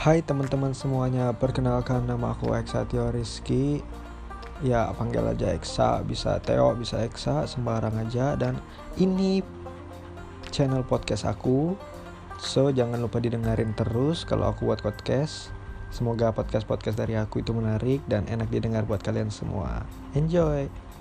Hai teman-teman semuanya, perkenalkan nama aku Eksatio Rizky. Ya panggil aja Eksa, bisa Theo, bisa Eksa, sembarang aja. Dan ini channel podcast aku, so jangan lupa didengarin terus kalau aku buat podcast. Semoga podcast-podcast dari aku itu menarik dan enak didengar buat kalian semua. Enjoy!